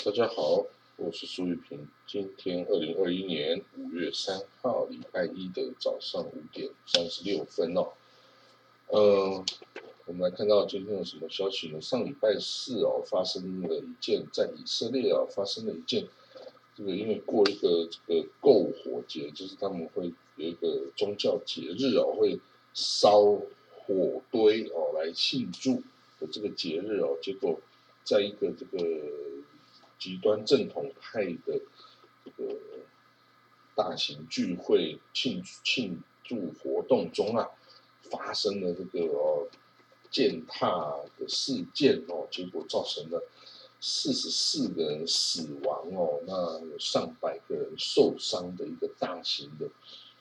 大家好，我是苏玉平。今天2021年5月3号，礼拜一的早上5:36哦。我们来看到今天有什么消息呢？上礼拜四发生了一件在以色列发生了一件因为过一个篝火节，就是他们会有一个宗教节日会烧火堆来庆祝的这个节日结果在一个极端正统派的这个大型聚会庆祝活动中发生了践踏的事件结果造成了44个人死亡那有上百个人受伤的一个大型的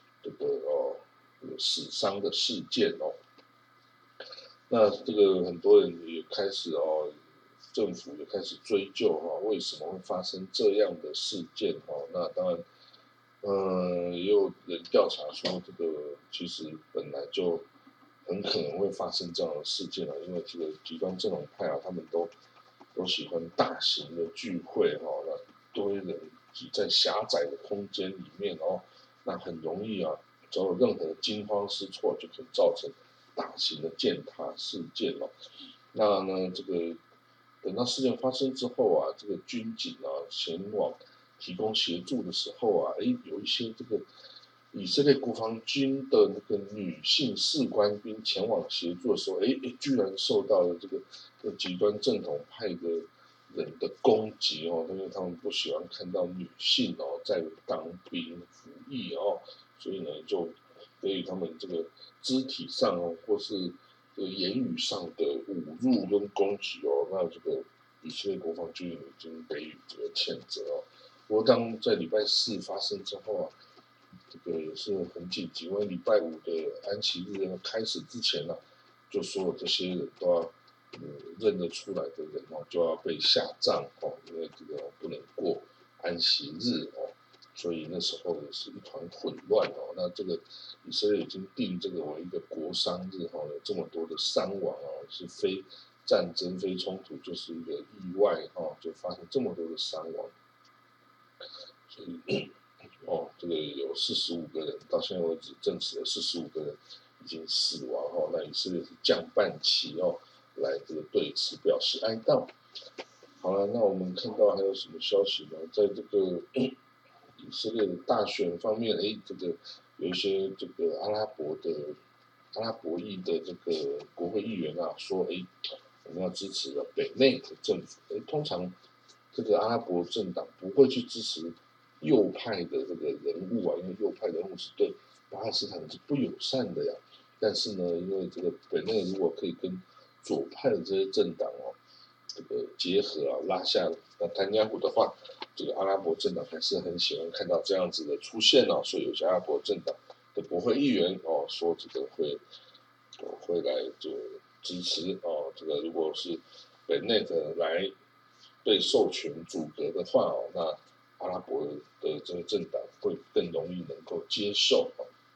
死伤的事件那很多人也开始政府也开始追究为什么会发生这样的事件那当然也有人调查说其实本来就很可能会发生这样的事件因为极端正统派他们都喜欢大型的聚会那一堆人挤在狭窄的空间里面那很容易只要有任何惊慌失措就可以造成大型的践踏事件那呢等到事件发生之后军警前往提供协助的时候有一些以色列国防军的女性士官兵前往协助的时候居然受到了极端正统派的人的攻击因为他们不喜欢看到女性在当兵服役所以呢就对于他们肢体上或是言语上的侮辱跟攻击那以色列国防军已经给予谴责不过当在礼拜四发生之后也是很紧急，因为礼拜五的安息日开始之前就所有这些人都要认得出来的人就要被下葬因为不能过安息日所以那时候也是一团混乱那以色列已经定为一个国殇日有这么多的伤亡是非战争非冲突，就是一个意外就发生这么多的伤亡，所以有45个人，到现在为止证实了45个人已经死亡那以色列是降半旗来对此表示哀悼。好了，那我们看到还有什么消息呢？在以色列的大选方面，有一些阿拉伯裔的国会议员说，我们要支持北内的政府。通常阿拉伯政党不会去支持右派的人物因为右派人物是对巴勒斯坦是不友善的呀。但是呢，因为北内如果可以跟左派的这些政党结合拉下纳坦雅胡的话，阿拉伯政党还是很喜欢看到这样子的出现所以有些阿拉伯政党的国会议员说会来支持如果是北内的来被授权组阁的话那阿拉伯的这个政党会更容易能够接受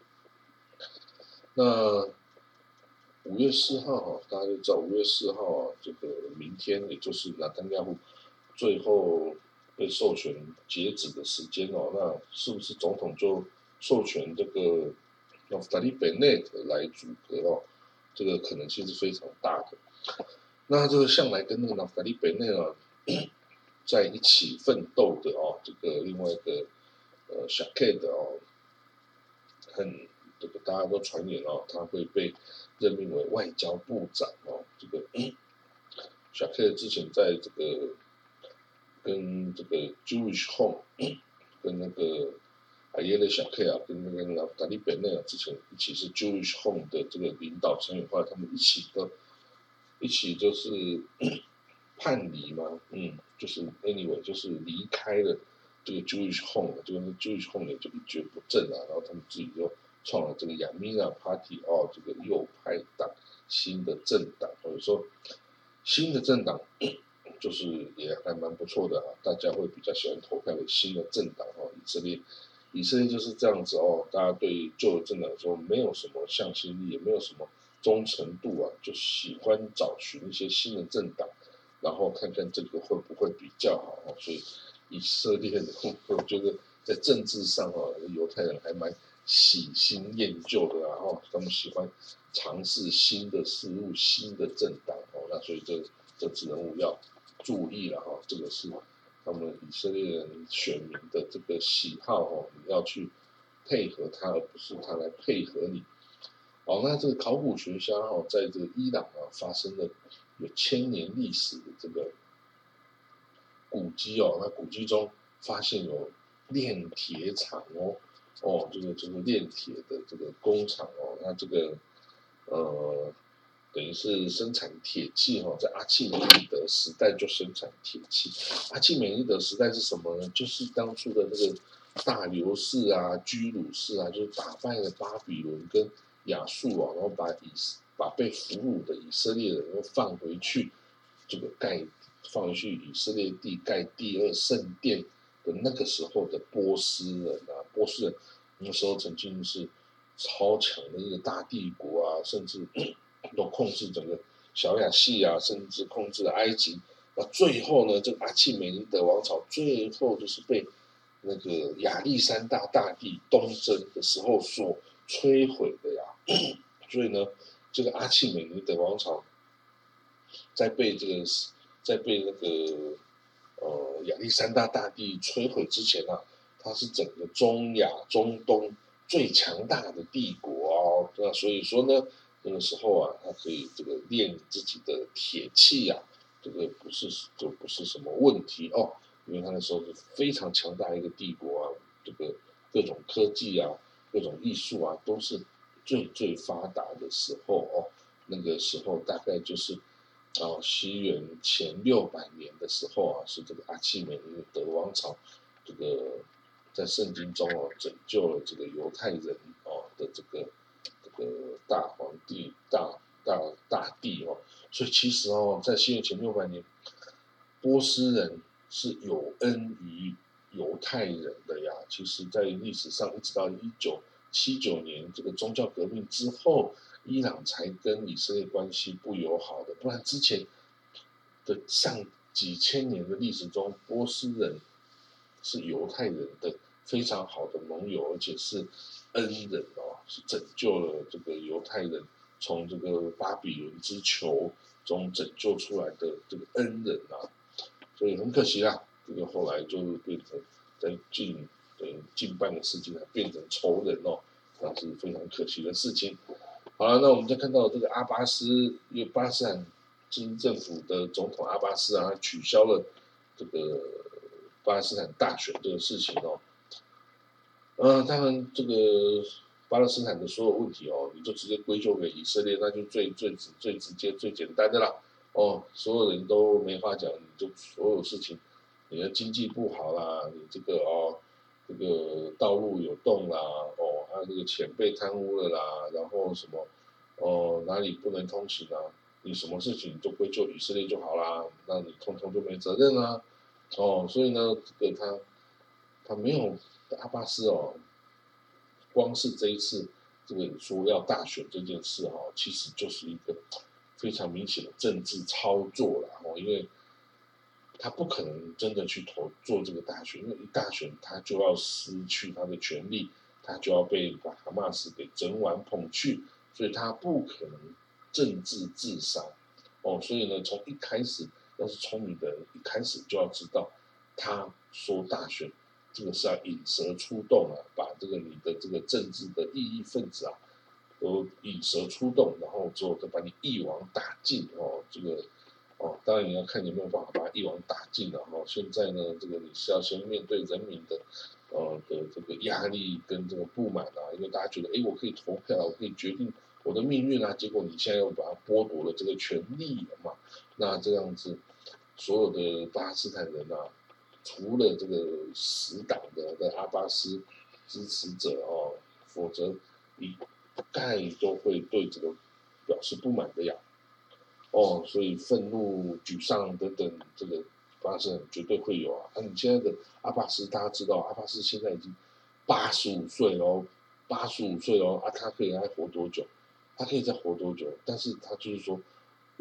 那5月4号大家就知道5月4号明天也就是纳坦雅胡最后被授权截止的时间那是不是总统就授权纳夫塔利·贝内特来组阁这个可能性是非常大的。那向来跟纳夫塔利·贝内在一起奋斗的另外一个小 K 的大家都传言他会被任命为外交部长小 K 之前在跟Jewish Home 跟阿耶勒小 K 跟纳夫塔利·贝内之前一起是 Jewish Home 的领导成员，后来他们一起就是叛离嘛，就是 anyway 就是离开了Jewish Home 就是 Jewish Home 也就一蹶不振然后他们自己就创了Yamina Party 右派党新的政党，或者说新的政党就是也还蛮不错的大家会比较喜欢投票给新的政党以色列就是这样子大家对旧的政党说没有什么向心力，也没有什么忠诚度就喜欢找寻一些新的政党然后看看这个会不会比较好。所以以色列人，我觉得在政治上犹太人还蛮喜新厌旧的，然后他们喜欢尝试新的事物、新的政党那所以这政治人物要注意了这个是他们以色列人选民的这个喜好你要去配合他，而不是他来配合你。那这个考古学家在这个伊朗发生了有1000年历史的这个古迹那古迹中发现有炼铁厂这个就是炼铁的这个工厂那这个等于是生产铁器在阿契美尼德时代就生产铁器。阿契美尼德时代是什么呢？就是当初的那个大流士啊、居鲁士啊，就是打败了巴比伦跟亚述然后把被俘虏的以色列人又放回去，这个放回去以色列地盖第2圣殿的那个时候的波斯人波斯人那时候曾经是超强的一个大帝国甚至都控制整个小亚细亚，甚至控制了埃及。那最后呢，这个阿契美尼德王朝最后就是被那个亚历山大大帝东征的时候所摧毁的呀。所以呢，这个阿契美尼德王朝在被那个亚历山大大帝摧毁之前它是整个中亚、中东最强大的帝国那所以说呢，那个时候它可以这个炼自己的铁器这个就不是什么问题因为它那时候是非常强大的一个帝国这个各种科技各种艺术都是最发达的时候那个时候大概就是西元前600年的时候是这个阿契美尼德王朝这个在圣经中拯救了这个犹太人的这个大皇帝大帝所以其实在西元前600年，波斯人是有恩于犹太人的呀。其实，在历史上一直到1979年这个宗教革命之后，伊朗才跟以色列关系不友好的，不然之前的上几千年的历史中，波斯人是犹太人的非常好的盟友，而且是恩人是拯救了这个犹太人从这个巴比伦之囚中拯救出来的这个恩人所以很可惜这个后来就变成在近半个世纪变成仇人那是非常可惜的事情。好了，那我们再看到这个阿巴斯，因为巴勒斯坦新政府的总统阿巴斯他取消了这个巴勒斯坦大选这个事情当然这个巴勒斯坦的所有问题你就直接归咎给以色列，那就最直接最简单的啦所有人都没话讲，你就所有事情，你的经济不好啦，你这个这个道路有洞啦这个钱被贪污了啦，然后什么哪里不能通行你什么事情就归咎以色列就好啦，那你通通就没责任所以呢，这个他没有阿巴斯光是这一次这个说要大选这件事其实就是一个非常明显的政治操作啦因为他不可能真的去做这个大选，因为一大选他就要失去他的权利，他就要被把哈马斯给整碗捧去，所以他不可能政治自杀所以呢，从一开始要是聪明的人，一开始就要知道，他说大选这个是要引蛇出洞把这个你的这个政治的异议分子都引蛇出洞，然后之后再把你一网打尽这个当然你要看有没有办法把它一网打尽现在呢，这个你是要先面对人民的这个压力跟这个不满因为大家觉得我可以投票，我可以决定我的命运结果你现在又把它剥夺了这个权利了嘛，那这样子所有的巴勒斯坦人除了这个死党的阿巴斯支持者否则一概都会对这个表示不满的呀所以愤怒、沮丧等等，这个巴勒斯坦绝对会有你现在的阿巴斯，大家知道，阿巴斯现在已经85岁了85岁他可以再活多久？他可以再活多久？但是他就是说，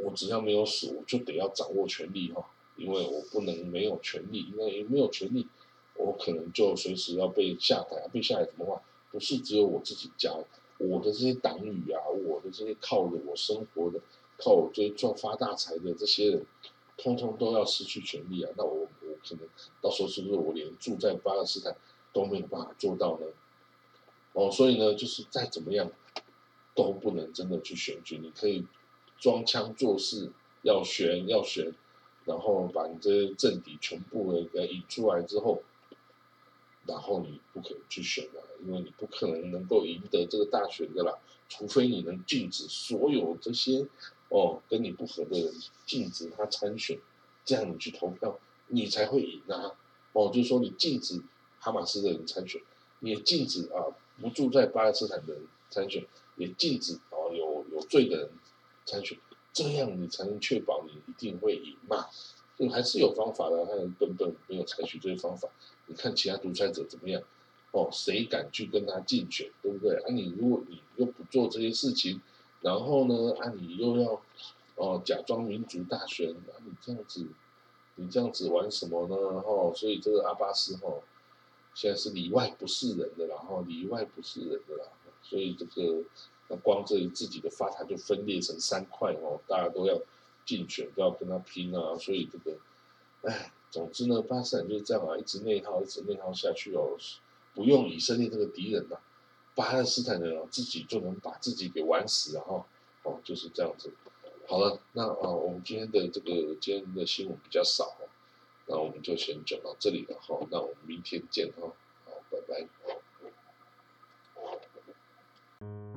我只要没有死，我就得要掌握权力哈，因为我不能没有权力，因为没有权力，我可能就随时要被下台，被下台怎么办？不是只有我自己家，我的这些党羽啊，我的这些靠着我生活的、靠我追赚发大财的这些人，通通都要失去权利啊！那我可能到时候是不是我连住在巴勒斯坦都没有办法做到呢？所以呢，就是再怎么样都不能真的去选举，你可以装腔作势，要选，然后把你这些政敌全部的给引出来之后，然后你不可能去选了，因为你不可能够赢得这个大选的啦，除非你能禁止所有这些跟你不合的人，禁止他参选，这样你去投票，你才会赢啊。就是说你禁止哈马斯的人参选，你也禁止不住在巴勒斯坦的人参选，也禁止有罪的人参选，这样你才能确保你一定会赢嘛。就还是有方法的，他很笨没有采取这些方法。你看其他独裁者怎么样？谁敢去跟他竞选，对不对？如果你又不做这些事情，然后呢，你又要假装民主大选，你这样子玩什么呢？所以这个阿巴斯现在是里外不是人的啦，里外不是人的啦，所以这个光这自己的发塔就分裂成3块大家都要竞选，都要跟他拼啊，所以这个，总之呢，巴勒斯坦就是这样啊，一直内耗，一直内耗下去不用以色列这个敌人巴勒斯坦人自己就能把自己给玩死就是这样子。好了，那我们今天的新闻比较少那我们就先讲到这里了那我们明天见好，拜拜。